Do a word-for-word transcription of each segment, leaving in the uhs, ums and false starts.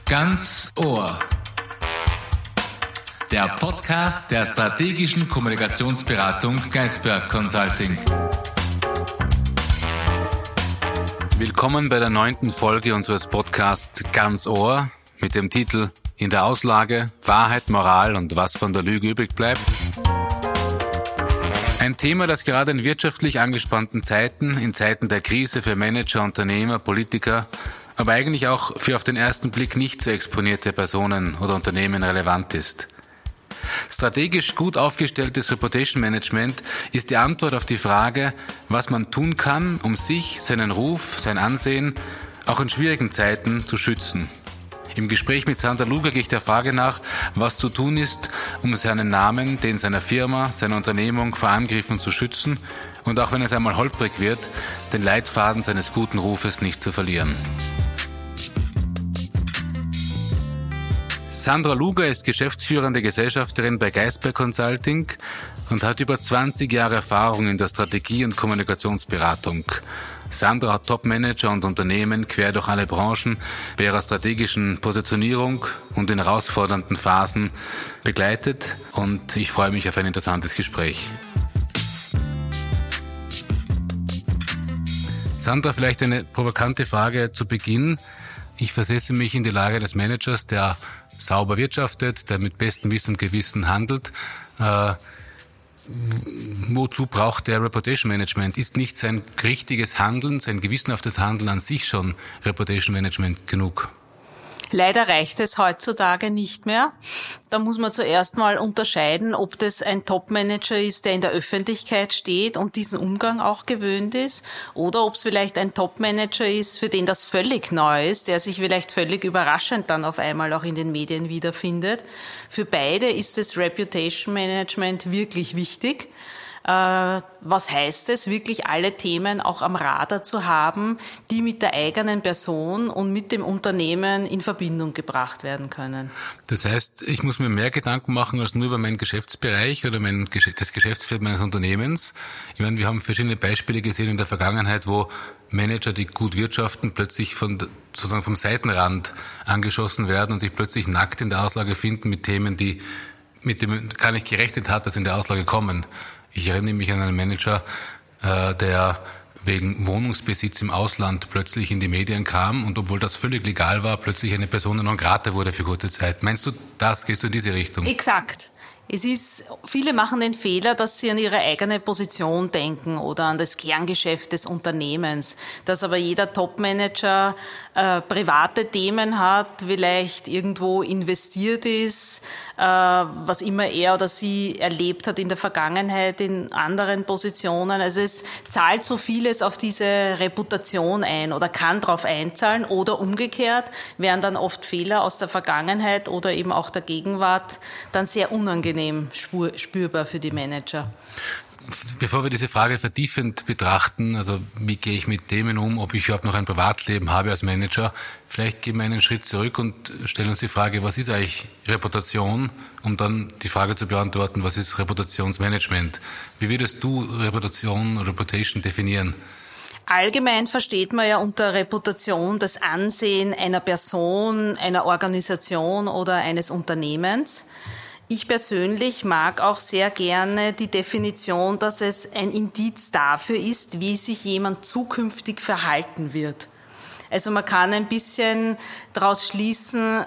Ganz Ohr. Der Podcast der strategischen Kommunikationsberatung Geisberg Consulting. Willkommen bei der neunten Folge unseres Podcasts Ganz Ohr mit dem Titel In der Auslage, Wahrheit, Moral und was von der Lüge übrig bleibt. Ein Thema, das gerade in wirtschaftlich angespannten Zeiten, in Zeiten der Krise für Manager, Unternehmer, Politiker, aber eigentlich auch für auf den ersten Blick nicht so exponierte Personen oder Unternehmen relevant ist. Strategisch gut aufgestelltes Reputation Management ist die Antwort auf die Frage, was man tun kann, um sich, seinen Ruf, sein Ansehen auch in schwierigen Zeiten zu schützen. Im Gespräch mit Sandra Luger gehe ich der Frage nach, was zu tun ist, um seinen Namen, den seiner Firma, seiner Unternehmung vor Angriffen zu schützen und auch wenn es einmal holprig wird, den Leitfaden seines guten Rufes nicht zu verlieren. Sandra Luger ist geschäftsführende Gesellschafterin bei Geisberg Consulting und hat über zwanzig Jahre Erfahrung in der Strategie- und Kommunikationsberatung. Sandra hat Top-Manager und Unternehmen quer durch alle Branchen bei ihrer strategischen Positionierung und in herausfordernden Phasen begleitet und ich freue mich auf ein interessantes Gespräch. Sandra, vielleicht eine provokante Frage zu Beginn. Ich versetze mich in die Lage des Managers, der sauber wirtschaftet, der mit bestem Wissen und Gewissen handelt. Äh, wozu braucht der Reputation Management? Ist nicht sein richtiges Handeln, sein gewissenhaftes Handeln an sich schon Reputation Management genug? Leider reicht es heutzutage nicht mehr. Da muss man zuerst mal unterscheiden, ob das ein Top-Manager ist, der in der Öffentlichkeit steht und diesen Umgang auch gewöhnt ist, oder ob es vielleicht ein Top-Manager ist, für den das völlig neu ist, der sich vielleicht völlig überraschend dann auf einmal auch in den Medien wiederfindet. Für beide ist das Reputation Management wirklich wichtig. Was heißt es, wirklich alle Themen auch am Radar zu haben, die mit der eigenen Person und mit dem Unternehmen in Verbindung gebracht werden können? Das heißt, ich muss mir mehr Gedanken machen als nur über meinen Geschäftsbereich oder mein, das Geschäftsfeld meines Unternehmens. Ich meine, wir haben verschiedene Beispiele gesehen in der Vergangenheit, wo Manager, die gut wirtschaften, plötzlich von, sozusagen vom Seitenrand angeschossen werden und sich plötzlich nackt in der Auslage finden mit Themen, die mit dem gar nicht gerechnet hat, dass in der Auslage kommen. Ich erinnere mich an einen Manager, äh, der wegen Wohnungsbesitz im Ausland plötzlich in die Medien kam und obwohl das völlig legal war, plötzlich eine Persona non grata wurde für kurze Zeit. Meinst du das? Gehst du in diese Richtung? Exakt. Es ist, viele machen den Fehler, dass sie an ihre eigene Position denken oder an das Kerngeschäft des Unternehmens. Dass aber jeder Top-Manager äh, private Themen hat, vielleicht irgendwo investiert ist, äh, was immer er oder sie erlebt hat in der Vergangenheit in anderen Positionen. Also es zahlt so vieles auf diese Reputation ein oder kann darauf einzahlen oder umgekehrt werden dann oft Fehler aus der Vergangenheit oder eben auch der Gegenwart dann sehr unangenehm spürbar für die Manager. Bevor wir diese Frage vertiefend betrachten, also wie gehe ich mit Themen um, ob ich überhaupt noch ein Privatleben habe als Manager, vielleicht gehen wir einen Schritt zurück und stellen uns die Frage, was ist eigentlich Reputation, um dann die Frage zu beantworten, was ist Reputationsmanagement? Wie würdest du Reputation, Reputation definieren? Allgemein versteht man ja unter Reputation das Ansehen einer Person, einer Organisation oder eines Unternehmens. Ich persönlich mag auch sehr gerne die Definition, dass es ein Indiz dafür ist, wie sich jemand zukünftig verhalten wird. Also man kann ein bisschen daraus schließen,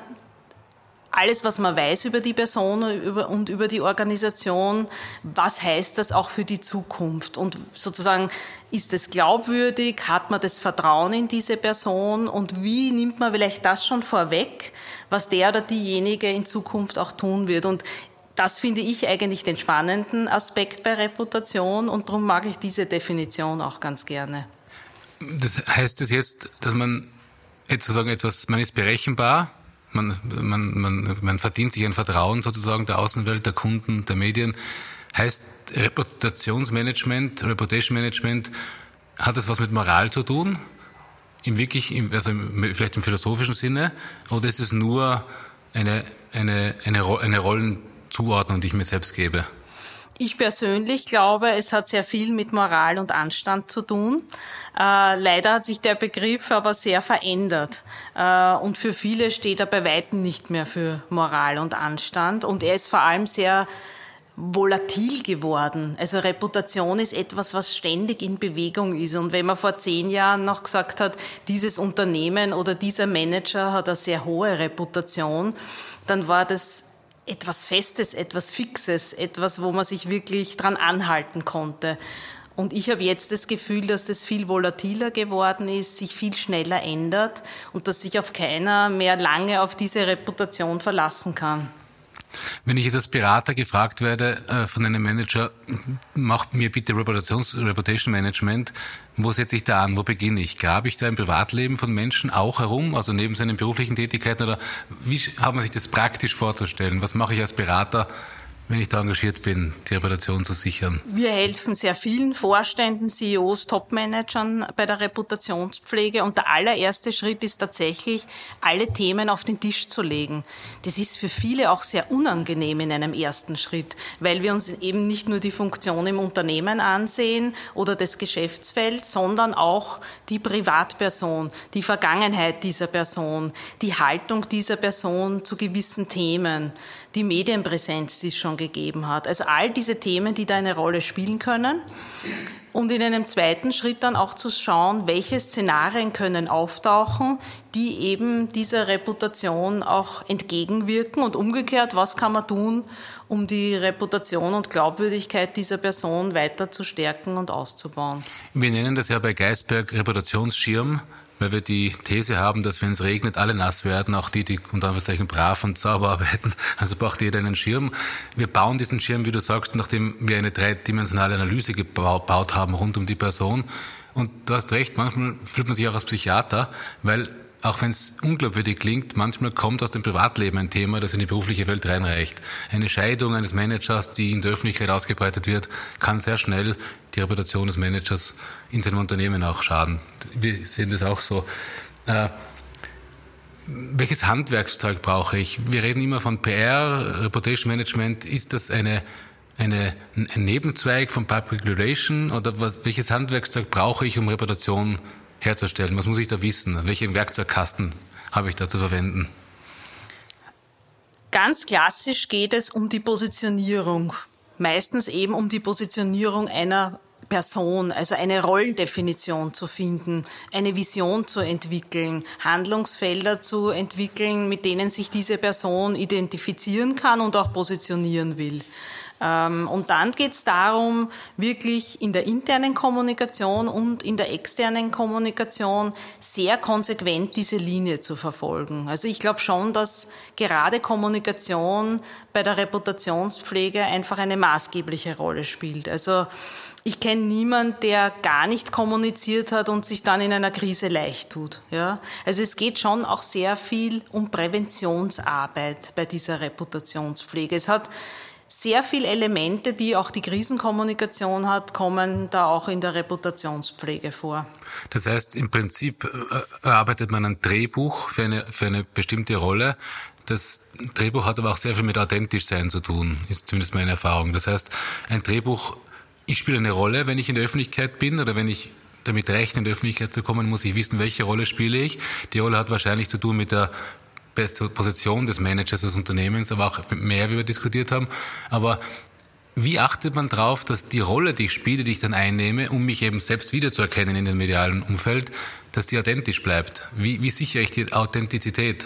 alles, was man weiß über die Person und über die Organisation, was heißt das auch für die Zukunft? Und sozusagen, ist es glaubwürdig? Hat man das Vertrauen in diese Person? Und wie nimmt man vielleicht das schon vorweg, was der oder diejenige in Zukunft auch tun wird? Und das finde ich eigentlich den spannenden Aspekt bei Reputation und darum mag ich diese Definition auch ganz gerne. Das heißt es jetzt, dass man sozusagen etwas, man ist berechenbar, Man, man, man, man verdient sich ein Vertrauen sozusagen der Außenwelt, der Kunden, der Medien. Heißt Reputationsmanagement, Reputation Management, hat das was mit Moral zu tun? Im wirklich, im, also im, vielleicht im philosophischen Sinne? Oder ist es nur eine, eine, eine, eine Rollenzuordnung, die ich mir selbst gebe? Ich persönlich glaube, es hat sehr viel mit Moral und Anstand zu tun. Äh, leider hat sich der Begriff aber sehr verändert. Äh, und für viele steht er bei weitem nicht mehr für Moral und Anstand. Und er ist vor allem sehr volatil geworden. Also Reputation ist etwas, was ständig in Bewegung ist. Und wenn man vor zehn Jahren noch gesagt hat, dieses Unternehmen oder dieser Manager hat eine sehr hohe Reputation, dann war das etwas Festes, etwas Fixes, etwas, wo man sich wirklich dran anhalten konnte. Und ich habe jetzt das Gefühl, dass das viel volatiler geworden ist, sich viel schneller ändert und dass sich auf keiner mehr lange auf diese Reputation verlassen kann. Wenn ich jetzt als Berater gefragt werde äh, von einem Manager, macht mir bitte Reputations, Reputation Management, wo setze ich da an, wo beginne ich? Grabe ich da im Privatleben von Menschen auch herum, also neben seinen beruflichen Tätigkeiten, oder wie hat man sich das praktisch vorzustellen? Was mache ich als Berater, wenn ich da engagiert bin, die Reputation zu sichern? Wir helfen sehr vielen Vorständen, C E Os, Top-Managern bei der Reputationspflege und der allererste Schritt ist tatsächlich, alle Themen auf den Tisch zu legen. Das ist für viele auch sehr unangenehm in einem ersten Schritt, weil wir uns eben nicht nur die Funktion im Unternehmen ansehen oder das Geschäftsfeld, sondern auch die Privatperson, die Vergangenheit dieser Person, die Haltung dieser Person zu gewissen Themen, die Medienpräsenz, die es schon gegeben hat. Also all diese Themen, die da eine Rolle spielen können. Und in einem zweiten Schritt dann auch zu schauen, welche Szenarien können auftauchen, die eben dieser Reputation auch entgegenwirken und umgekehrt, was kann man tun, um die Reputation und Glaubwürdigkeit dieser Person weiter zu stärken und auszubauen. Wir nennen das ja bei Geisberg Reputationsschirm, weil wir die These haben, dass wenn es regnet, alle nass werden, auch die, die unter Anführungszeichen brav und sauber arbeiten. Also braucht jeder einen Schirm. Wir bauen diesen Schirm, wie du sagst, nachdem wir eine dreidimensionale Analyse gebaut haben rund um die Person. Und du hast recht, manchmal fühlt man sich auch als Psychiater, weil auch wenn es unglaubwürdig klingt, manchmal kommt aus dem Privatleben ein Thema, das in die berufliche Welt reinreicht. Eine Scheidung eines Managers, die in der Öffentlichkeit ausgebreitet wird, kann sehr schnell die Reputation des Managers in seinem Unternehmen auch schaden. Wir sehen das auch so. Äh, welches Handwerkszeug brauche ich? Wir reden immer von P R, Reputation Management. Ist das eine, eine, ein Nebenzweig von Public Relation oder was, welches Handwerkszeug brauche ich, um Reputation herzustellen? Was muss ich da wissen? Welchen Werkzeugkasten habe ich da zu verwenden? Ganz klassisch geht es um die Positionierung. Meistens eben um die Positionierung einer Person, also eine Rollendefinition zu finden, eine Vision zu entwickeln, Handlungsfelder zu entwickeln, mit denen sich diese Person identifizieren kann und auch positionieren will. Und dann geht es darum, wirklich in der internen Kommunikation und in der externen Kommunikation sehr konsequent diese Linie zu verfolgen. Also ich glaube schon, dass gerade Kommunikation bei der Reputationspflege einfach eine maßgebliche Rolle spielt. Also ich kenne niemanden, der gar nicht kommuniziert hat und sich dann in einer Krise leicht tut. Ja? Also es geht schon auch sehr viel um Präventionsarbeit bei dieser Reputationspflege. Es hat sehr viele Elemente, die auch die Krisenkommunikation hat, kommen da auch in der Reputationspflege vor. Das heißt, im Prinzip erarbeitet man ein Drehbuch für eine, für eine bestimmte Rolle. Das Drehbuch hat aber auch sehr viel mit authentisch sein zu tun, ist zumindest meine Erfahrung. Das heißt, ein Drehbuch, ich spiele eine Rolle, wenn ich in der Öffentlichkeit bin oder wenn ich damit rechne, in der Öffentlichkeit zu kommen, muss ich wissen, welche Rolle spiele ich. Die Rolle hat wahrscheinlich zu tun mit der Position des Managers des Unternehmens, aber auch mehr, wie wir diskutiert haben. Aber wie achtet man darauf, dass die Rolle, die ich spiele, die ich dann einnehme, um mich eben selbst wiederzuerkennen in dem medialen Umfeld, dass die authentisch bleibt? Wie, wie sichere ich die Authentizität?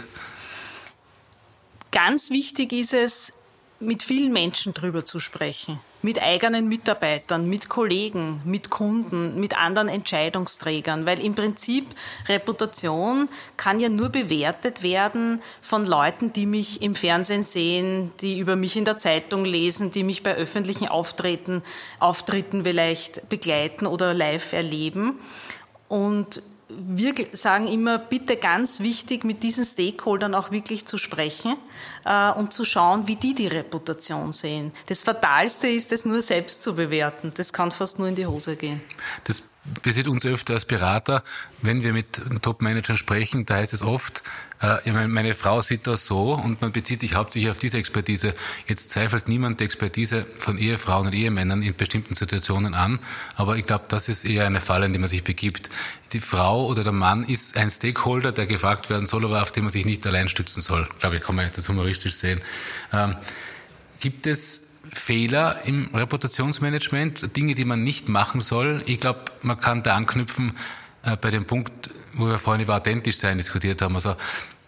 Ganz wichtig ist es, mit vielen Menschen drüber zu sprechen. Mit eigenen Mitarbeitern, mit Kollegen, mit Kunden, mit anderen Entscheidungsträgern. Weil im Prinzip Reputation kann ja nur bewertet werden von Leuten, die mich im Fernsehen sehen, die über mich in der Zeitung lesen, die mich bei öffentlichen Auftritten, Auftritten vielleicht begleiten oder live erleben. Und wir sagen immer, bitte ganz wichtig, mit diesen Stakeholdern auch wirklich zu sprechen äh, und zu schauen, wie die die Reputation sehen. Das Fatalste ist, es nur selbst zu bewerten. Das kann fast nur in die Hose gehen. Das passiert uns öfter als Berater, wenn wir mit Top-Managern sprechen, da heißt es oft, äh, meine Frau sieht das so und man bezieht sich hauptsächlich auf diese Expertise. Jetzt zweifelt niemand die Expertise von Ehefrauen und Ehemännern in bestimmten Situationen an, aber ich glaube, das ist eher eine Falle, in die man sich begibt. Die Frau oder der Mann ist ein Stakeholder, der gefragt werden soll, aber auf den man sich nicht allein stützen soll. Ich glaube, ich kann man das humoristisch sehen. Ähm, gibt es Fehler im Reputationsmanagement, Dinge, die man nicht machen soll? Ich glaube, man kann da anknüpfen äh, bei dem Punkt, wo wir vorhin über authentisch sein diskutiert haben. Also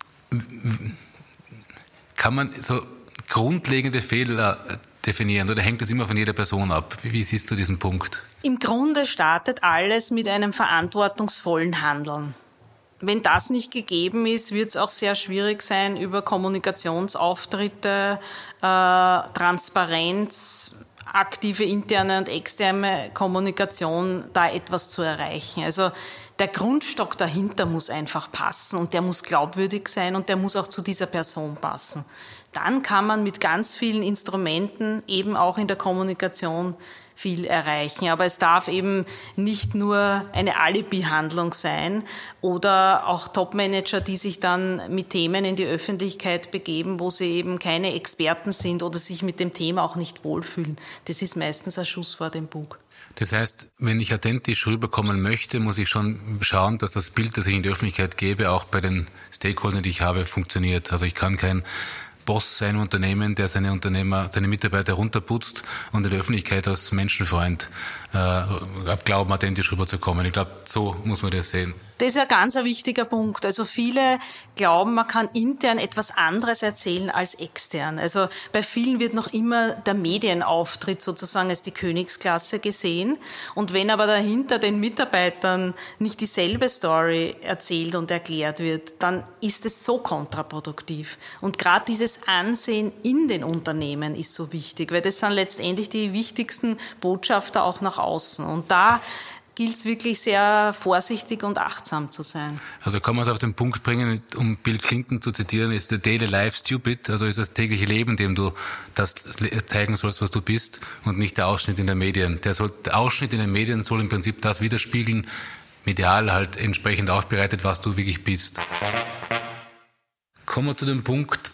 kann man so grundlegende Fehler definieren oder hängt das immer von jeder Person ab? Wie, wie siehst du diesen Punkt? Im Grunde startet alles mit einem verantwortungsvollen Handeln. Wenn das nicht gegeben ist, wird es auch sehr schwierig sein, über Kommunikationsauftritte, äh, Transparenz, aktive interne und externe Kommunikation, da etwas zu erreichen. Also der Grundstock dahinter muss einfach passen und der muss glaubwürdig sein und der muss auch zu dieser Person passen. Dann kann man mit ganz vielen Instrumenten eben auch in der Kommunikation viel erreichen. Aber es darf eben nicht nur eine Alibi-Handlung sein oder auch Top-Manager, die sich dann mit Themen in die Öffentlichkeit begeben, wo sie eben keine Experten sind oder sich mit dem Thema auch nicht wohlfühlen. Das ist meistens ein Schuss vor dem Bug. Das heißt, wenn ich authentisch rüberkommen möchte, muss ich schon schauen, dass das Bild, das ich in die Öffentlichkeit gebe, auch bei den Stakeholdern, die ich habe, funktioniert. Also ich kann kein Boss sein Unternehmen, der seine Unternehmer, seine Mitarbeiter runterputzt und in der Öffentlichkeit als Menschenfreund äh, glauben, authentisch rüberzukommen. Ich glaube, so muss man das sehen. Das ist ein ganz ein wichtiger Punkt. Also viele glauben, man kann intern etwas anderes erzählen als extern. Also bei vielen wird noch immer der Medienauftritt sozusagen als die Königsklasse gesehen. Und wenn aber dahinter den Mitarbeitern nicht dieselbe Story erzählt und erklärt wird, dann ist es so kontraproduktiv. Und gerade dieses Ansehen in den Unternehmen ist so wichtig, weil das sind letztendlich die wichtigsten Botschafter auch nach außen. Und da gilt es wirklich sehr vorsichtig und achtsam zu sein. Also kann man es auf den Punkt bringen, um Bill Clinton zu zitieren, ist the daily life stupid, also ist das tägliche Leben, dem du das zeigen sollst, was du bist und nicht der Ausschnitt in den Medien. Der, soll, der Ausschnitt in den Medien soll im Prinzip das widerspiegeln, medial halt entsprechend aufbereitet, was du wirklich bist. Kommen wir zu dem Punkt,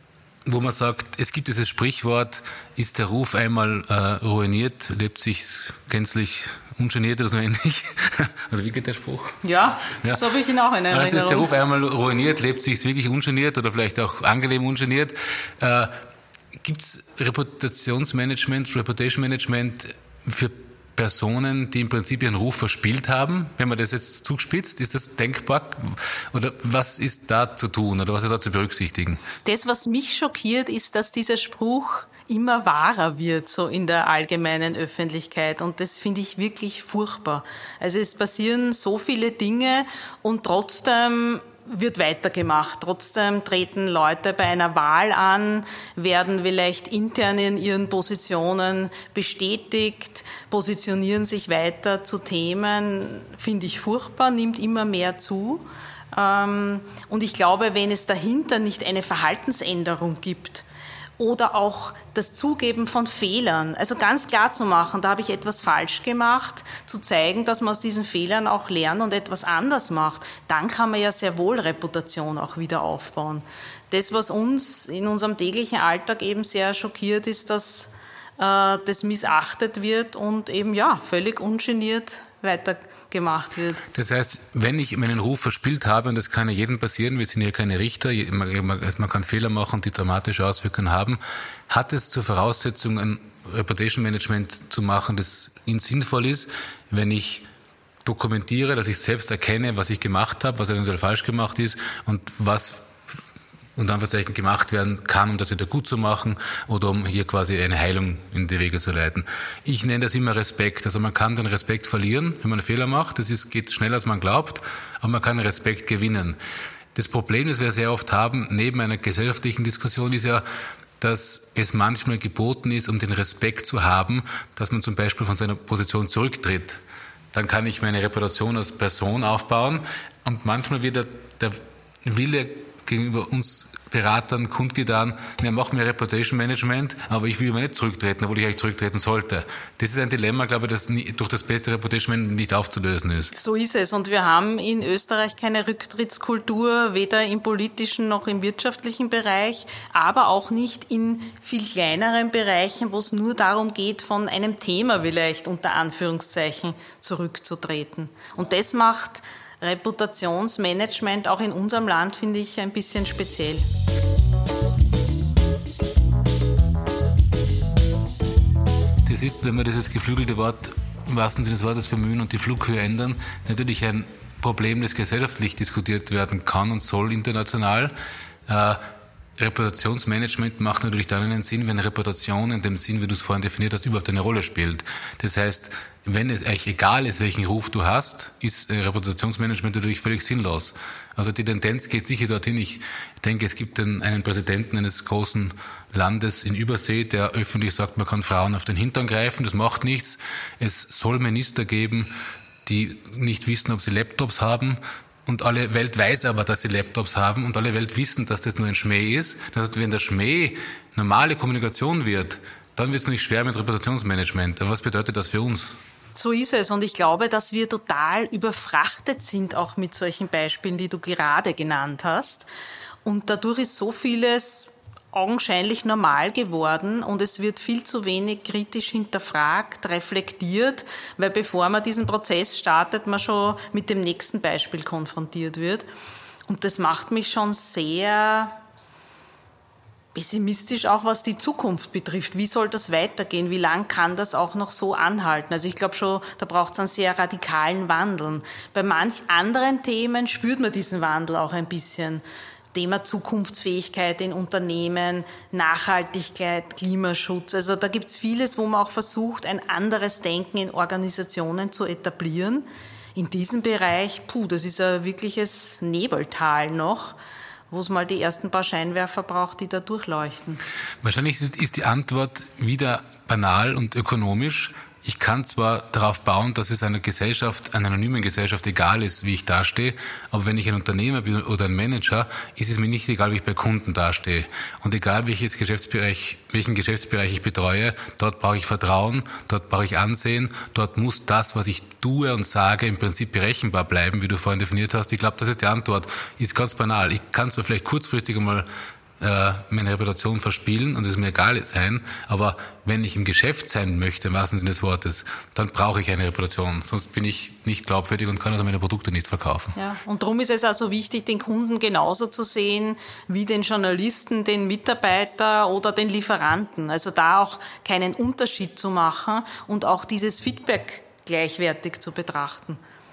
wo man sagt, es gibt dieses Sprichwort, ist der Ruf einmal äh, ruiniert, lebt sich gänzlich ungeniert oder so ähnlich. Oder wie geht der Spruch? Ja, ja. So habe ich ihn auch in Erinnerung. Also ist der Ruf einmal ruiniert, lebt sich wirklich ungeniert oder vielleicht auch angenehm ungeniert. Äh, gibt es Reputationsmanagement, Reputation Management für Personen, die im Prinzip ihren Ruf verspielt haben? Wenn man das jetzt zugespitzt, ist das denkbar? Oder was ist da zu tun oder was ist da zu berücksichtigen? Das, was mich schockiert, ist, dass dieser Spruch immer wahrer wird, so in der allgemeinen Öffentlichkeit. Und das finde ich wirklich furchtbar. Also es passieren so viele Dinge und trotzdem wird weitergemacht. Trotzdem treten Leute bei einer Wahl an, werden vielleicht intern in ihren Positionen bestätigt, positionieren sich weiter zu Themen, finde ich furchtbar, nimmt immer mehr zu. Und ich glaube, wenn es dahinter nicht eine Verhaltensänderung gibt, oder auch das Zugeben von Fehlern. Also ganz klar zu machen, da habe ich etwas falsch gemacht, zu zeigen, dass man aus diesen Fehlern auch lernt und etwas anders macht. Dann kann man ja sehr wohl Reputation auch wieder aufbauen. Das, was uns in unserem täglichen Alltag eben sehr schockiert, ist, dass äh, das missachtet wird und eben ja völlig ungeniert weitergemacht wird. Das heißt, wenn ich meinen Ruf verspielt habe, und das kann ja jedem passieren, wir sind ja keine Richter, man kann Fehler machen, die dramatische Auswirkungen haben, hat es zur Voraussetzung, ein Reputation Management zu machen, das ihnen sinnvoll ist, wenn ich dokumentiere, dass ich selbst erkenne, was ich gemacht habe, was eventuell falsch gemacht ist und was und Anführungszeichen gemacht werden kann, um das wieder gut zu machen oder um hier quasi eine Heilung in die Wege zu leiten. Ich nenne das immer Respekt. Also man kann den Respekt verlieren, wenn man einen Fehler macht. Das ist, geht schneller, als man glaubt, aber man kann Respekt gewinnen. Das Problem, das wir sehr oft haben, neben einer gesellschaftlichen Diskussion, ist ja, dass es manchmal geboten ist, um den Respekt zu haben, dass man zum Beispiel von seiner Position zurücktritt. Dann kann ich meine Reputation als Person aufbauen und manchmal wird der, der Wille gegenüber uns Beratern kundgetan, wir machen mehr Reputation Management, aber ich will aber nicht zurücktreten, obwohl ich eigentlich zurücktreten sollte. Das ist ein Dilemma, glaube ich, das nie, durch das beste Reputation Management nicht aufzulösen ist. So ist es. Und wir haben in Österreich keine Rücktrittskultur, weder im politischen noch im wirtschaftlichen Bereich, aber auch nicht in viel kleineren Bereichen, wo es nur darum geht, von einem Thema vielleicht unter Anführungszeichen zurückzutreten. Und das macht Reputationsmanagement auch in unserem Land, finde ich, ein bisschen speziell. Das ist, wenn wir dieses geflügelte Wort im wahrsten Sinne des Wortes bemühen und die Flughöhe ändern, natürlich ein Problem, das gesellschaftlich diskutiert werden kann und soll international. Äh, Reputationsmanagement macht natürlich dann einen Sinn, wenn Reputation in dem Sinn, wie du es vorhin definiert hast, überhaupt eine Rolle spielt. Das heißt, wenn es eigentlich egal ist, welchen Ruf du hast, ist Reputationsmanagement natürlich völlig sinnlos. Also die Tendenz geht sicher dorthin. Ich denke, es gibt einen, einen Präsidenten eines großen Landes in Übersee, der öffentlich sagt, man kann Frauen auf den Hintern greifen, das macht nichts. Es soll Minister geben, die nicht wissen, ob sie Laptops haben. Und alle Welt weiß aber, dass sie Laptops haben und alle Welt wissen, dass das nur ein Schmäh ist. Das heißt, wenn der Schmäh normale Kommunikation wird, dann wird es nicht schwer mit Reputationsmanagement. Aber was bedeutet das für uns? So ist es. Und ich glaube, dass wir total überfrachtet sind, auch mit solchen Beispielen, die du gerade genannt hast. Und dadurch ist so vieles augenscheinlich normal geworden und es wird viel zu wenig kritisch hinterfragt, reflektiert, weil bevor man diesen Prozess startet, man schon mit dem nächsten Beispiel konfrontiert wird. Und das macht mich schon sehr pessimistisch, auch was die Zukunft betrifft. Wie soll das weitergehen? Wie lang kann das auch noch so anhalten? Also ich glaube schon, da braucht es einen sehr radikalen Wandel. Bei manch anderen Themen spürt man diesen Wandel auch ein bisschen. Thema Zukunftsfähigkeit in Unternehmen, Nachhaltigkeit, Klimaschutz. Also da gibt es vieles, wo man auch versucht, ein anderes Denken in Organisationen zu etablieren. In diesem Bereich, puh, das ist ein wirkliches Nebeltal noch, wo es mal die ersten paar Scheinwerfer braucht, die da durchleuchten. Wahrscheinlich ist, ist die Antwort wieder banal und ökonomisch. Ich kann zwar darauf bauen, dass es einer Gesellschaft, einer anonymen Gesellschaft egal ist, wie ich dastehe, aber wenn ich ein Unternehmer bin oder ein Manager, ist es mir nicht egal, wie ich bei Kunden dastehe. Und egal, welches Geschäftsbereich, welchen Geschäftsbereich ich betreue, dort brauche ich Vertrauen, dort brauche ich Ansehen, dort muss das, was ich tue und sage, im Prinzip berechenbar bleiben, wie du vorhin definiert hast. Ich glaube, das ist die Antwort. Ist ganz banal. Ich kann zwar vielleicht kurzfristig einmal meine Reputation verspielen und es mir egal sein, aber wenn ich im Geschäft sein möchte, im wahrsten Sinne des Wortes, dann brauche ich eine Reputation, sonst bin ich nicht glaubwürdig und kann also meine Produkte nicht verkaufen. Ja, und darum ist es also wichtig, den Kunden genauso zu sehen wie den Journalisten, den Mitarbeiter oder den Lieferanten. Also da auch keinen Unterschied zu machen und auch dieses Feedback gleichwertig zu betrachten.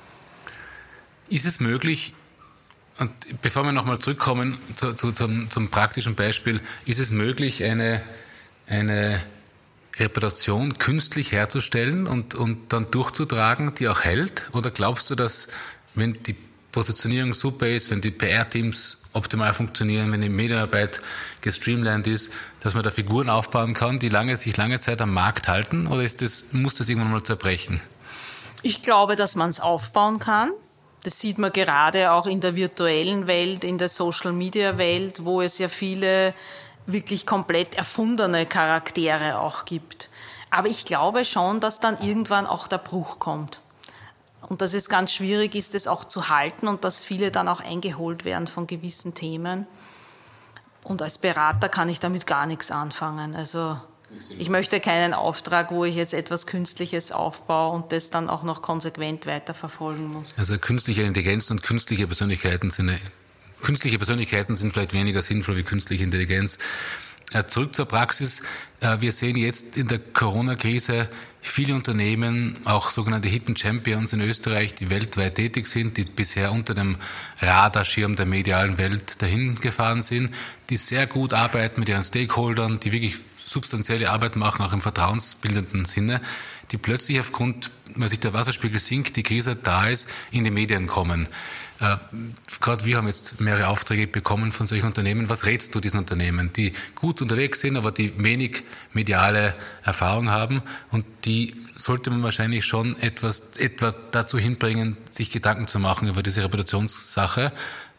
Ist es möglich, und bevor wir nochmal zurückkommen zu, zu, zum, zum praktischen Beispiel, ist es möglich, eine, eine Reputation künstlich herzustellen und, und dann durchzutragen, die auch hält? Oder glaubst du, dass, wenn die Positionierung super ist, wenn die P R-Teams optimal funktionieren, wenn die Medienarbeit gestreamlined ist, dass man da Figuren aufbauen kann, die lange, sich lange Zeit am Markt halten? Oder ist das, muss das irgendwann mal zerbrechen? Ich glaube, dass man es aufbauen kann. Das sieht man gerade auch in der virtuellen Welt, in der Social-Media-Welt, wo es ja viele wirklich komplett erfundene Charaktere auch gibt. Aber ich glaube schon, dass dann irgendwann auch der Bruch kommt. Und dass es ganz schwierig ist, das auch zu halten und dass viele dann auch eingeholt werden von gewissen Themen. Und als Berater kann ich damit gar nichts anfangen. Also ich möchte keinen Auftrag, wo ich jetzt etwas Künstliches aufbaue und das dann auch noch konsequent weiterverfolgen muss. Also künstliche Intelligenz und künstliche Persönlichkeiten sind, eine, künstliche Persönlichkeiten sind vielleicht weniger sinnvoll wie künstliche Intelligenz. Zurück zur Praxis. Wir sehen jetzt in der Corona-Krise viele Unternehmen, auch sogenannte Hidden Champions in Österreich, die weltweit tätig sind, die bisher unter dem Radarschirm der medialen Welt dahin gefahren sind, die sehr gut arbeiten mit ihren Stakeholdern, die wirklich substanzielle Arbeit machen, auch im vertrauensbildenden Sinne, die plötzlich aufgrund, weil sich der Wasserspiegel sinkt, die Krise da ist, in die Medien kommen. Äh, Gerade wir haben jetzt mehrere Aufträge bekommen von solchen Unternehmen. Was rätst du diesen Unternehmen, die gut unterwegs sind, aber die wenig mediale Erfahrung haben und die sollte man wahrscheinlich schon etwas, etwa dazu hinbringen, sich Gedanken zu machen über diese Reputationssache,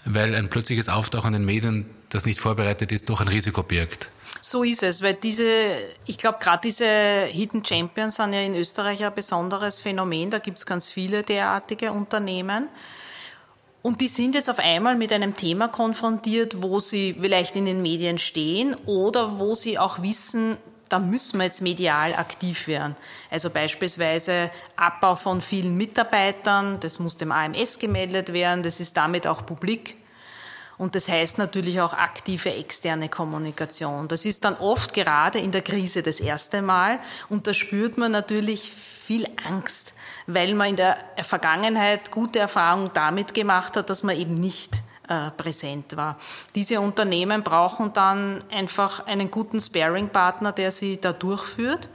weil ein plötzliches Auftauchen in den Medien, das nicht vorbereitet ist, doch ein Risiko birgt. So ist es, weil diese, ich glaube, gerade diese Hidden Champions sind ja in Österreich ein besonderes Phänomen. Da gibt es ganz viele derartige Unternehmen. Und die sind jetzt auf einmal mit einem Thema konfrontiert, wo sie vielleicht in den Medien stehen oder wo sie auch wissen, da müssen wir jetzt medial aktiv werden. Also beispielsweise Abbau von vielen Mitarbeitern, das muss dem A M S gemeldet werden, das ist damit auch publik. Und das heißt natürlich auch aktive externe Kommunikation. Das ist dann oft gerade in der Krise das erste Mal und da spürt man natürlich viel Angst, weil man in der Vergangenheit gute Erfahrungen damit gemacht hat, dass man eben nicht äh, präsent war. Diese Unternehmen brauchen dann einfach einen guten Sparring-Partner, der sie da durchführt.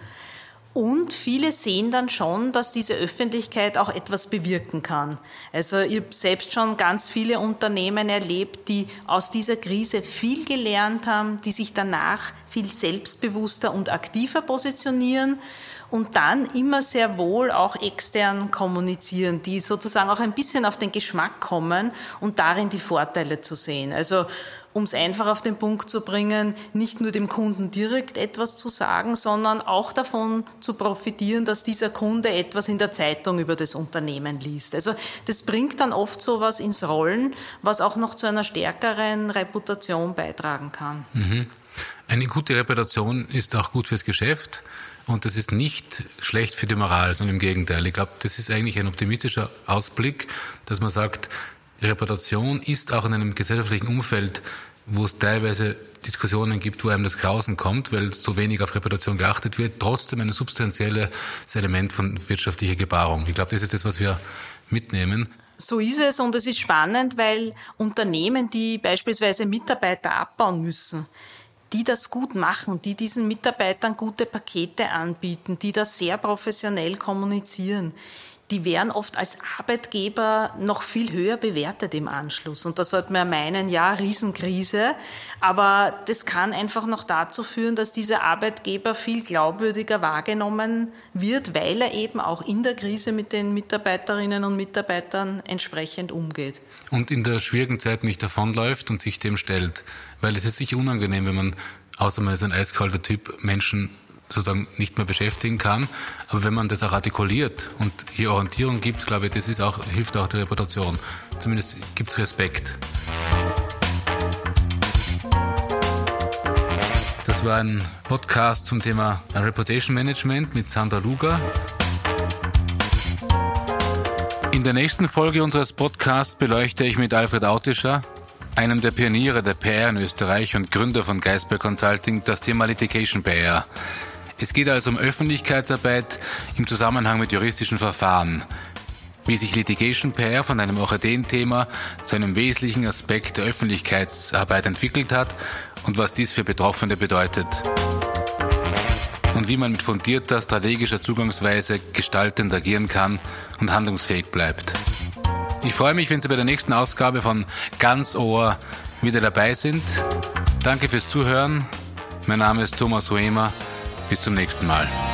Und viele sehen dann schon, dass diese Öffentlichkeit auch etwas bewirken kann. Also ich habe selbst schon ganz viele Unternehmen erlebt, die aus dieser Krise viel gelernt haben, die sich danach viel selbstbewusster und aktiver positionieren und dann immer sehr wohl auch extern kommunizieren, die sozusagen auch ein bisschen auf den Geschmack kommen und darin die Vorteile zu sehen. Also um es einfach auf den Punkt zu bringen, nicht nur dem Kunden direkt etwas zu sagen, sondern auch davon zu profitieren, dass dieser Kunde etwas in der Zeitung über das Unternehmen liest. Also das bringt dann oft so was ins Rollen, was auch noch zu einer stärkeren Reputation beitragen kann. Mhm. Eine gute Reputation ist auch gut fürs Geschäft und das ist nicht schlecht für die Moral, sondern im Gegenteil. Ich glaube, das ist eigentlich ein optimistischer Ausblick, dass man sagt, Reputation ist auch in einem gesellschaftlichen Umfeld, wo es teilweise Diskussionen gibt, wo einem das Grausen kommt, weil so wenig auf Reputation geachtet wird, trotzdem ein substanzielles Element von wirtschaftlicher Gebarung. Ich glaube, das ist das, was wir mitnehmen. So ist es und es ist spannend, weil Unternehmen, die beispielsweise Mitarbeiter abbauen müssen, die das gut machen, die diesen Mitarbeitern gute Pakete anbieten, die das sehr professionell kommunizieren, die werden oft als Arbeitgeber noch viel höher bewertet im Anschluss. Und da sollte man meinen, ja, Riesenkrise. Aber das kann einfach noch dazu führen, dass dieser Arbeitgeber viel glaubwürdiger wahrgenommen wird, weil er eben auch in der Krise mit den Mitarbeiterinnen und Mitarbeitern entsprechend umgeht. Und in der schwierigen Zeit nicht davonläuft und sich dem stellt. Weil es ist sicher unangenehm, wenn man, außer man ist ein eiskalter Typ, Menschen sozusagen nicht mehr beschäftigen kann. Aber wenn man das auch artikuliert und hier Orientierung gibt, glaube ich, das ist auch, hilft auch der Reputation. Zumindest gibt es Respekt. Das war ein Podcast zum Thema Reputation Management mit Sandra Luger. In der nächsten Folge unseres Podcasts beleuchte ich mit Alfred Autischer, einem der Pioniere der P R in Österreich und Gründer von Geisberg Consulting, das Thema Litigation P R. Es geht also um Öffentlichkeitsarbeit im Zusammenhang mit juristischen Verfahren. Wie sich Litigation P R von einem Orchideenthema zu einem wesentlichen Aspekt der Öffentlichkeitsarbeit entwickelt hat und was dies für Betroffene bedeutet. Und wie man mit fundierter strategischer Zugangsweise gestaltend agieren kann und handlungsfähig bleibt. Ich freue mich, wenn Sie bei der nächsten Ausgabe von Ganz Ohr wieder dabei sind. Danke fürs Zuhören. Mein Name ist Thomas Huemer. Bis zum nächsten Mal.